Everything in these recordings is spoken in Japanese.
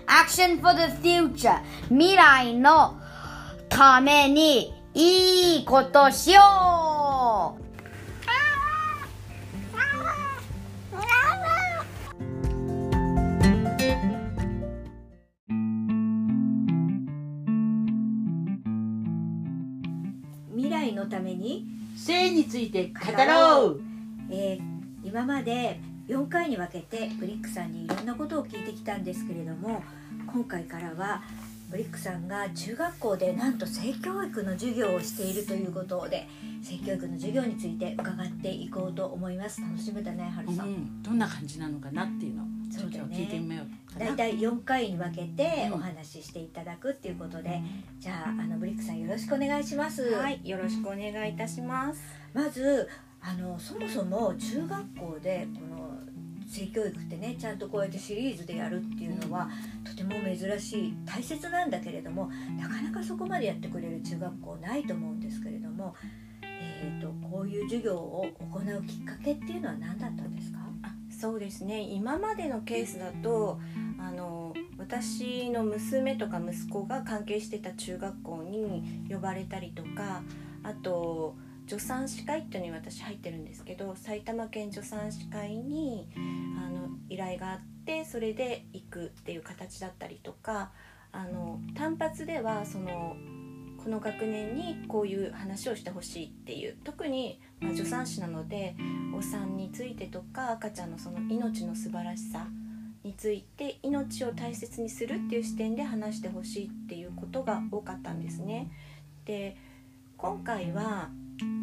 Action for the future 未来のためにいいことしよう。 未来のために性について語ろう。 今まで4回に分けてブリックさんにいろんなことを聞いてきたんですけれども、今回からはブリックさんが中学校でなんと性教育の授業をしているということで、性教育の授業について伺っていこうと思います。楽しみだね、はるさん、 どんな感じなのかなっていうのをちょっと聞いてみようかな。 だいたい4回に分けてお話ししていただくっていうことで、じゃあブリックさんよろしくお願いします。 はい、よろしくお願いいたします。 まずそもそも中学校でこの性教育ってね、ちゃんとこうやってシリーズでやるっていうのは、とても珍しい、大切なんだけれども、なかなかそこまでやってくれる中学校ないと思うんですけれども、こういう授業を行うきっかけっていうのは何だったんですか？ そうですね、今までのケースだと私の娘とか息子が関係してた中学校に呼ばれたりとか、あと助産師会っていうのに私入ってるんですけど、埼玉県助産師会に依頼があって、それで行くっていう形だったりとか、単発ではこの学年にこういう話をしてほしいっていう、特に助産師なのでお産についてとか赤ちゃんのその命の素晴らしさについて、命を大切にするっていう視点で話してほしいっていうことが多かったんですね。で、今回は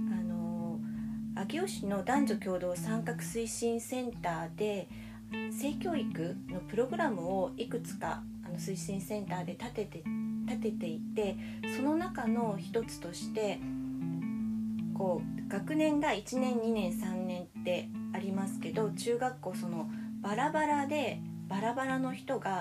上尾市の男女共同参画推進センターで性教育のプログラムをいくつか推進センターで立てていて、その中の一つとしてこう学年が1年2年3年ってありますけど、中学校バラバラの人が、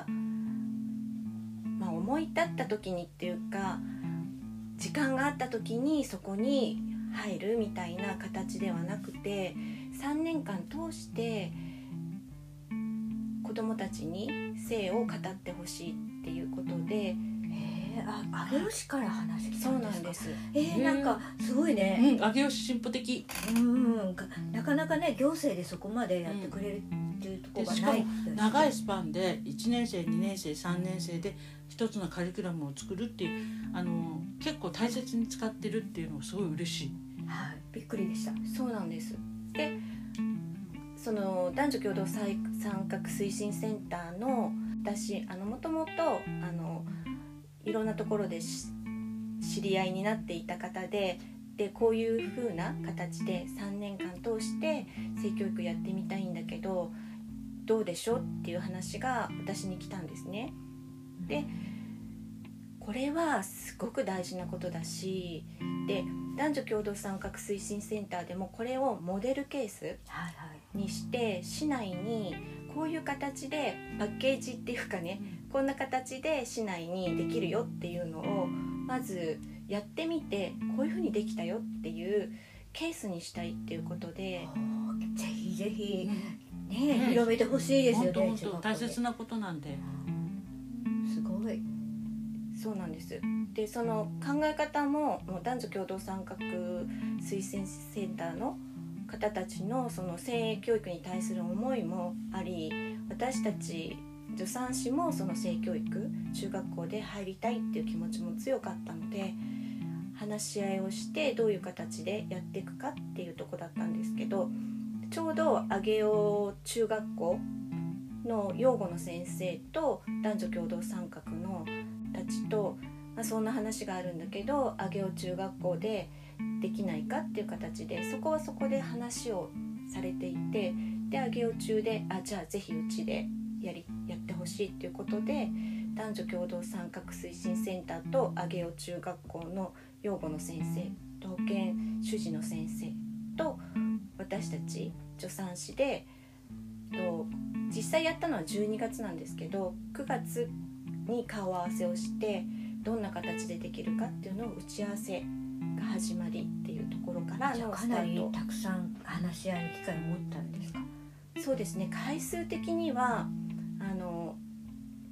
思い立った時にっていうか、時間があった時にそこに入るみたいな形ではなくて、3年間通して子どもたちに性を語ってほしいっていうことで、 上尾市から話してきたんですか？ そうなんです。 なんかすごいね。 上尾市進歩的。 なかなかね、行政でそこまでやってくれるっていうところがない。 しかも長いスパンで1年生2年生3年生で一つのカリキュラムを作るっていう、結構大切に使ってるっていうのがすごい嬉しい。 はい、びっくりでした。 そうなんです。で、その男女共同参画推進センターの私もともといろんなところで知り合いになっていた方で、こういう風な形で3年間通して性教育やってみたいんだけどどうでしょうっていう話が私に来たんですね。で、これはすごく大事なことだし、で男女共同参画推進センターでもこれをモデルケースにして市内にこういう形でパッケージっていうかね、こんな形で市内にできるよっていうのをまずやってみて、こういうふうにできたよっていうケースにしたいっていうことで、 ぜひぜひね、広めてほしいですよね。 本当大切なことなんで。 すごい。 そうなんです。で、その考え方も男女共同参画推薦センターの方たちのその性教育に対する思いもあり、私たち助産師もその性教育中学校で入りたいっていう気持ちも強かったので、話し合いをしてどういう形でやっていくかっていうとこだったんですけど、ちょうど上尾中学校の養護の先生と男女共同参画のたちと、そんな話があるんだけど上尾中学校でできないかっていう形で、そこはそこで話をされていて、で上尾中でじゃあぜひうちでやってほしいっていうことで、男女共同参画推進センターと上尾中学校の養護の先生、保健主事の先生と私たち助産師で、実際やったのは12月なんですけど、9月に顔合わせをしてどんな形でできるかっていうのを打ち合わせが始まりっていうところからのスタート。 かなりたくさん話し合いの機会を持ったんですか？ そうですね、回数的には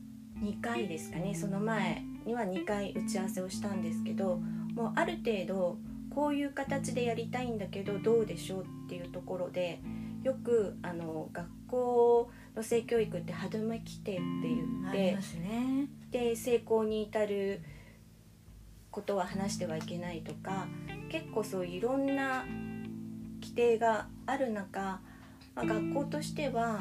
2回ですかね、その前には2回打ち合わせをしたんですけど、もうある程度こういう形でやりたいんだけどどうでしょうっていうところで、よく学校の性教育って歯止め規定って言って、 ありますね。 で成功に至ることは話してはいけないとか、結構そういういろんな規定がある中、学校としては、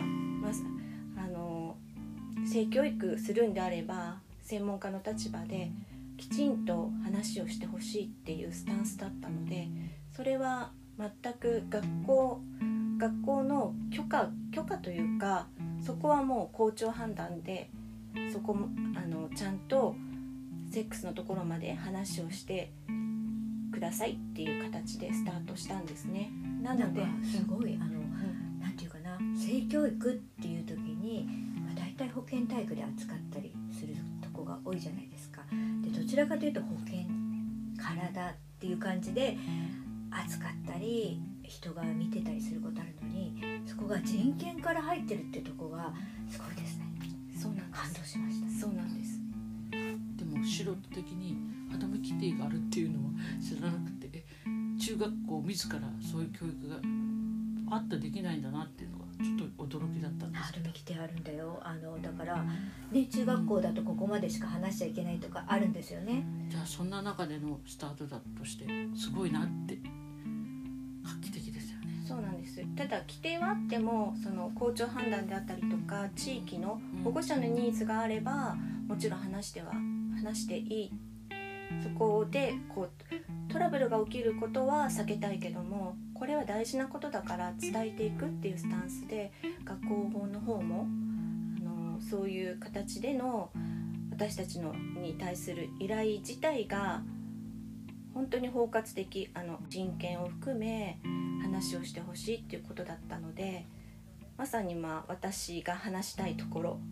性教育するんであれば専門家の立場できちんと話をしてほしいっていうスタンスだったので、それは全く学校の許可というか、そこはもう校長判断で、そこもちゃんとセックスのところまで話をしてくださいっていう形でスタートしたんですね。なので、 すごいなんていうかな、性教育っていう時に、だいたい保健体育で扱ったりするとこが多いじゃないですか。でどちらかというと保健、体っていう感じで扱ったり人が見てたりすることあるのに、そこが人権から入ってるっていうところがすごいですね。 そうなんです。 感動しました。 そうなんです。 でも素人的に歯止め規定があるっていうのは知らなくて、中学校自らそういう教育があってできないんだなっていうのがちょっと驚きだったんですけど。 歯止め規定あるんだよ。だからね、中学校だとここまでしか話しちゃいけないとかあるんですよね。 じゃあそんな中でのスタートだとしてすごいなって、画期的ですよね。 そうなんです。ただ規定はあっても、その校長判断であったりとか地域の保護者のニーズがあれば、もちろん話していい。そこでトラブルが起きることは避けたいけども、これは大事なことだから伝えていくっていうスタンスで、学校法の方もそういう形での私たちのに対する依頼自体が本当に包括的、人権を含め話をしてほしいっていうことだったので、まさに私が話したいところ、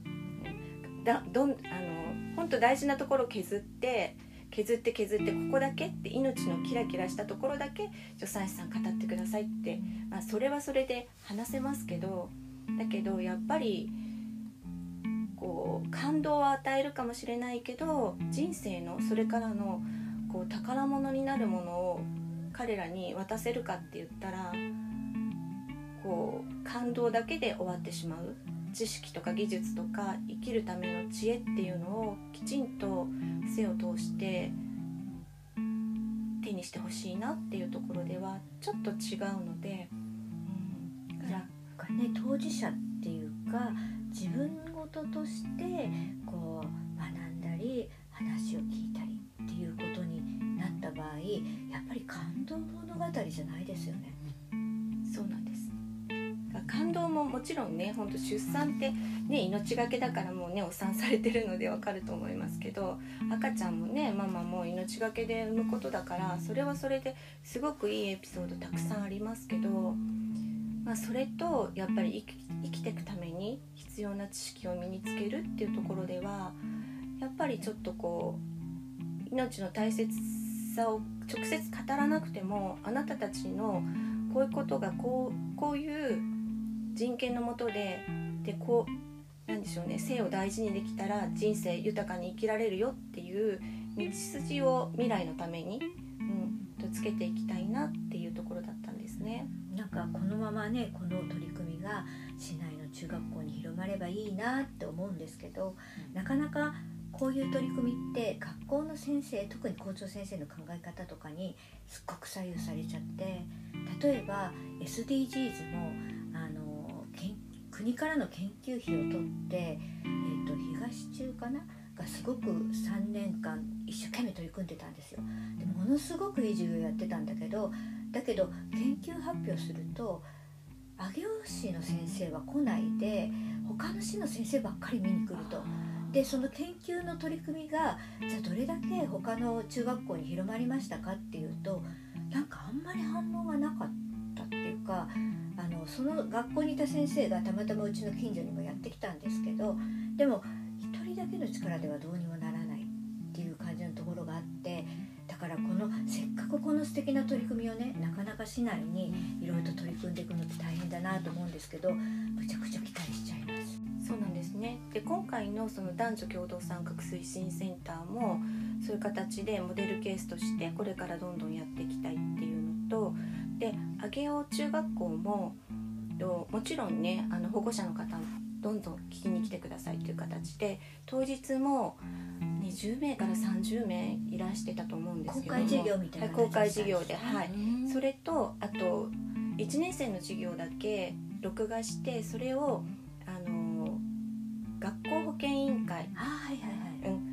本当大事なところを削ってここだけって命のキラキラしたところだけ助産師さん語ってくださいって、それはそれで話せますけど、だけどやっぱり感動を与えるかもしれないけど、人生のそれからの宝物になるものを彼らに渡せるかって言ったら、感動だけで終わってしまう。知識とか技術とか生きるための知恵っていうのをきちんと背を通して手にしてほしいなっていうところではちょっと違うので、 なんかね、当事者っていうか自分事として学んだり話を聞いたりっていうことになった場合、やっぱり感動物語じゃないですよね。 そうなんです。感動ももちろんね、本当出産ってね、命がけだからもうねお産されてるのでわかると思いますけど、赤ちゃんもね、ママも命がけで産むことだから、それはそれですごくいいエピソードたくさんありますけど、それとやっぱり生きていくために必要な知識を身につけるっていうところでは、やっぱりちょっと命の大切さを直接語らなくても、あなたたちのこういうことがこういう人権のもとでなんでしょうね、性を大事にできたら人生豊かに生きられるよっていう道筋を未来のために、つけていきたいなっていうところだったんですね。 なんかこのままね、この取り組みが市内の中学校に広まればいいなって思うんですけど、なかなかこういう取り組みって学校の先生、特に校長先生の考え方とかにすっごく左右されちゃって、例えば SDGs も国からの研究費を取って、東中かながすごく3年間一生懸命取り組んでたんですよ。でものすごくいい授業やってたんだけど研究発表すると上尾市の先生は来ないで他の市の先生ばっかり見に来ると。でその研究の取り組みがじゃあどれだけ他の中学校に広まりましたかっていうと、なんかあんまり反応がなかったっていうか、その学校にいた先生がたまたまうちの近所にもやってきたんですけど、でも一人だけの力ではどうにもならないっていう感じのところがあって、だからせっかくこの素敵な取り組みをね、なかなか市内にいろいろと取り組んでいくのって大変だなと思うんですけど、むちゃくちゃ期待しちゃいます。 そうなんです。 ですね。で今回のその男女共同参画推進センターもそういう形でモデルケースとしてこれからどんどんやっていきたいっていうのと、で上尾中学校ももちろんね保護者の方どんどん聞きに来てくださいという形で当日も20名から30名いらしてたと思うんですけども、 公開授業みたいな、 公開授業で、はい、 うんそれとあと1年生の授業だけ録画してそれを学校保健委員会、 はいはいはい、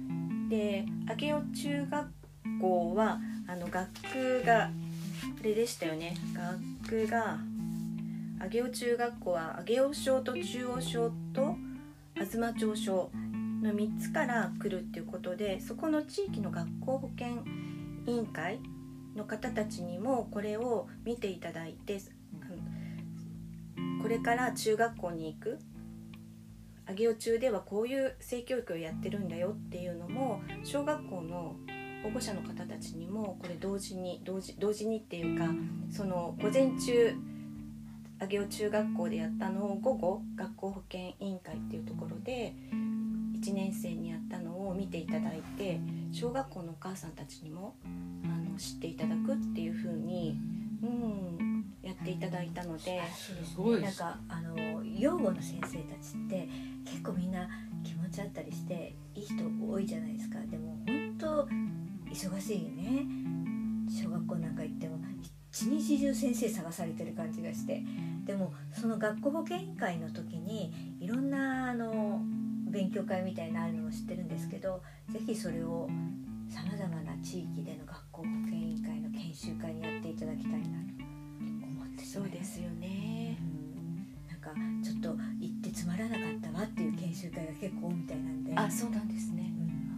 で上尾中学校は学区があれでしたよね。学区が上尾中学校は上尾小と中央小と東町小の3つから来るっていうことで、そこの地域の学校保健委員会の方たちにもこれを見ていただいて、これから中学校に行く上尾中ではこういう性教育をやってるんだよっていうのも小学校の保護者の方たちにもこれ同時にっていうか、その午前中上尾中学校でやったのを午後学校保健委員会っていうところで1年生にやったのを見ていただいて、小学校のお母さんたちにも知っていただくっていう風に、やっていただいたので、 すごいです。 なんか養護の先生たちって結構みんな気持ちあったりしていい人多いじゃないですか。でも本当忙しいね。小学校なんか行っても一日中先生探されてる感じがして、でもその学校保健委員会の時にいろんな勉強会みたいなのあるのも知ってるんですけど、ぜひそれをさまざまな地域での学校保健委員会の研修会にやっていただきたいなと思って、 そうですよね。 なんかちょっと行ってつまらなかったわっていう研修会が結構みたいなんで、 あ、そうなんですね。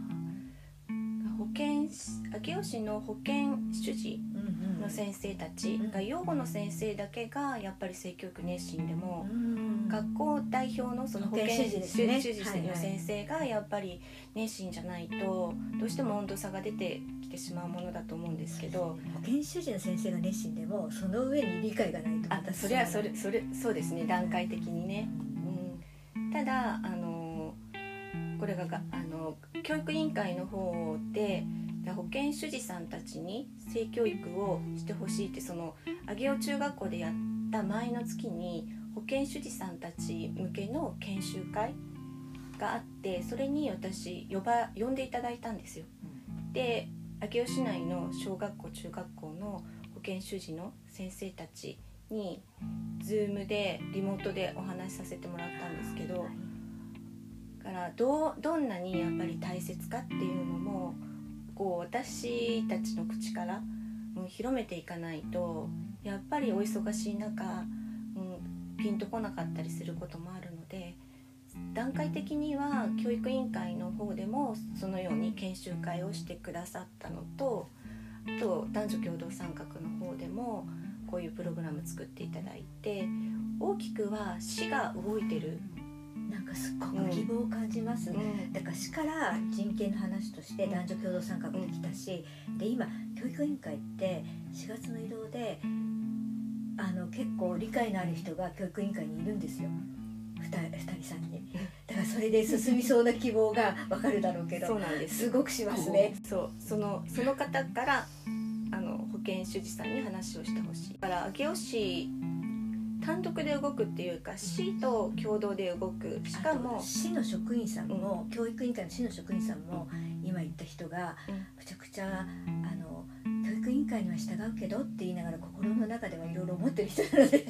上尾市の保健主事の先生たちが、養護の先生だけがやっぱり性教育熱心でも、学校代表のその保健主事の先生がやっぱり熱心じゃないとどうしても温度差が出てきてしまうものだと思うんですけど、 保健主事の先生が熱心でもその上に理解がないとまたそれはそうですね、段階的にね、ただこれが教育委員会の方で保健主事さんたちに性教育をしてほしいって、その上尾中学校でやった前の月に保健主事さんたち向けの研修会があって、それに私呼んでいただいたんですよ。で上尾市内の小学校中学校の保健主事の先生たちに Zoom でリモートでお話しさせてもらったんですけど、だからどんなにやっぱり大切かっていうのもこう私たちの口から広めていかないと、やっぱりお忙しい中、ピンとこなかったりすることもあるので、段階的には教育委員会の方でもそのように研修会をしてくださったのと、あと男女共同参画の方でもこういうプログラム作っていただいて、大きくは市が動いてる、 なんかすっごく希望を感じます、だから市から人権の話として男女共同参画できたし、で今教育委員会って4月の移動で結構理解のある人が教育委員会にいるんですよ、2人3人。だからそれで進みそうな希望が分かるだろうけど、 そうなんです、 すごくしますね。 その方から保健主事さんに話をしてほしい。だから上尾市単独で動くっていうか、市と共同で動く、しかも市の職員さんも、教育委員会の市の職員さんも今言った人がむちゃくちゃ教育委員会には従うけどって言いながら心の中ではいろいろ思ってる人なので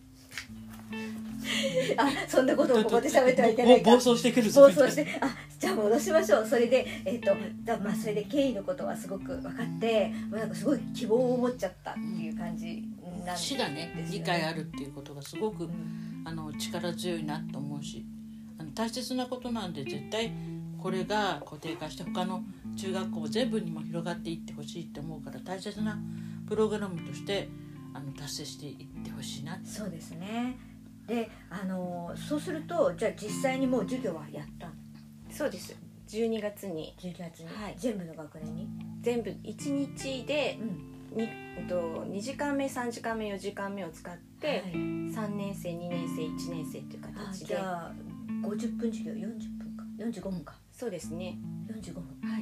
そんなことをここで喋ってはいけないか、 暴走してくる暴走して、じゃあ戻しましょう。それでそれで経緯のことはすごく分かって、なんかすごい希望を持っちゃったっていう感じなんですよね。 市がね理解あるっていうことがすごく、力強いなと思うし、大切なことなんで、絶対これが固定化して他の中学校全部にも広がっていってほしいって思うから、大切なプログラムとして達成していってほしいな。 そうですね。でそうすると、じゃあ実際にもう授業はやったの？ そうです、12月に、 はい、全部の学年に全部1日で、2時間目3時間目4時間目を使って、3年生2年生1年生っていう形で、 じゃあ 50分授業、40分か45分か、 そうですね。 45分、 はい。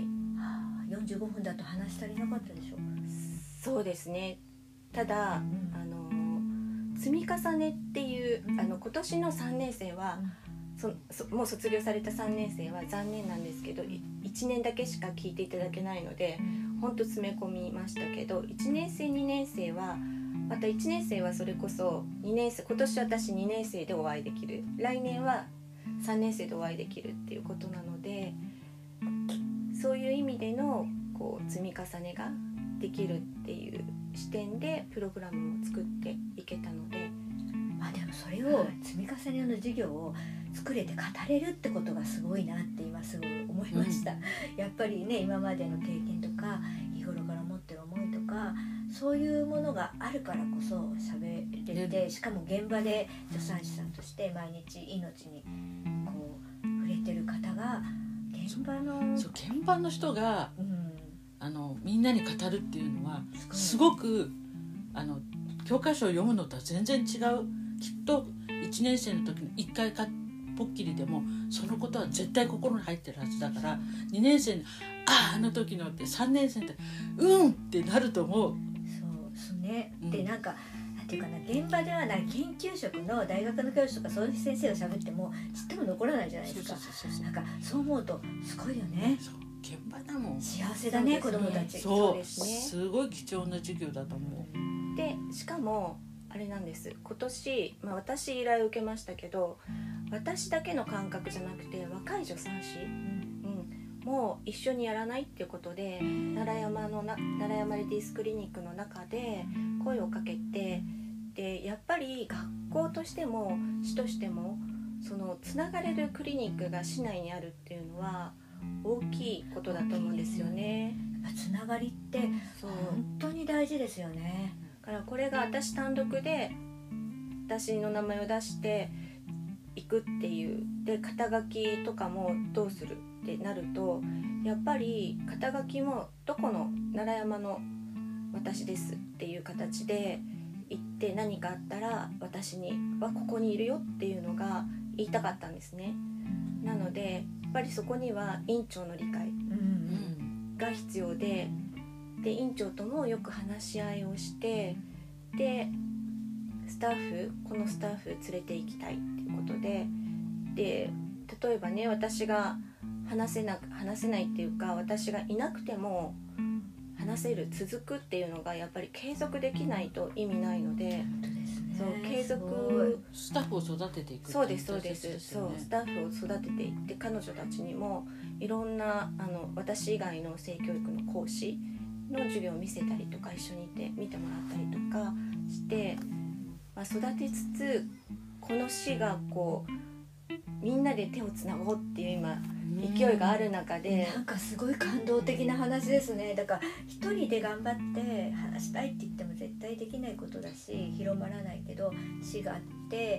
45分だと話し足りなかったでしょ。 そうですね。ただ、積み重ねっていう、今年の3年生は、もう卒業された3年生は残念なんですけど、1年だけしか聞いていただけないので本当詰め込みましたけど、1年生2年生はまた1年生はそれこそ2年生、今年私2年生でお会いできる、来年は3年生でお会いできるっていうことなので、そういう意味でのこう積み重ねができるっていう視点でプログラムを作っていけたので、 でもそれを積み重ねの授業を作れて語れるってことがすごいなって今すごい思いました、やっぱりね、今までの経験とか日頃から持ってる思いとか、そういうものがあるからこそ喋れて、しかも現場で助産師さんとして毎日命にこう触れてる方が現場の人が、みんなに語るっていうのはすごく教科書を読むのとは全然違う。きっと1年生の時に1回ぽっきりでもそのことは絶対心に入ってるはずだから、2年生にあの時のって3年生ってってなると思う。 そうね、でなんていうかな、現場ではない研究職の大学の教授とかそういう先生が喋ってもちっとも残らないじゃないですか。なんかそう思うとすごいよね。 現場だもん。 幸せだね、子供たち。 そうですね。 すごい貴重な授業だと思う。 でしかもあれなんです、今年、私依頼を受けましたけど、私だけの感覚じゃなくて若い助産師、もう一緒にやらないっていうことで、奈良山レディースクリニックの中で声をかけて、でやっぱり学校としても市としてもそのつながれるクリニックが市内にあるっていうのは大きいことだと思うんですよね。 つながりって本当に大事ですよね。 だからこれが私単独で私の名前を出していくっていう、で肩書きとかもどうするってなると、やっぱり肩書きもどこの奈良山の私ですっていう形で言って、何かあったら私にはここにいるよっていうのが言いたかったんですね。なのでやっぱりそこには院長の理解が必要で、院長ともよく話し合いをして、でこのスタッフ連れて行きたいっていうことで、例えばね、私が話せないっていうか、私がいなくても話せる、続くっていうのがやっぱり継続できないと意味ないので、継続スタッフを育てていく。 そうですそうです、そうスタッフを育てていって、彼女たちにもいろんな私以外の性教育の講師の授業を見せたりとか、一緒にいて見てもらったりとかして、育てつつ、この市がこうみんなで手をつなごうっていう今勢いがある中で、 なんかすごい感動的な話ですね。だから一人で頑張って話したいって言っても絶対できないことだし、広まらないけど、市があって、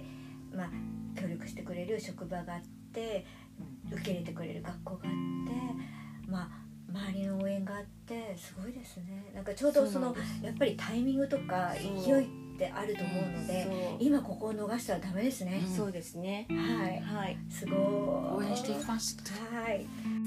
協力してくれる職場があって、受け入れてくれる学校があって、周りの応援があって、すごいですね。なんかちょうどやっぱりタイミングとか勢いってあると思うので、今ここを逃したらダメですね。 そうですね。 はい、すごい応援していきます。 はい。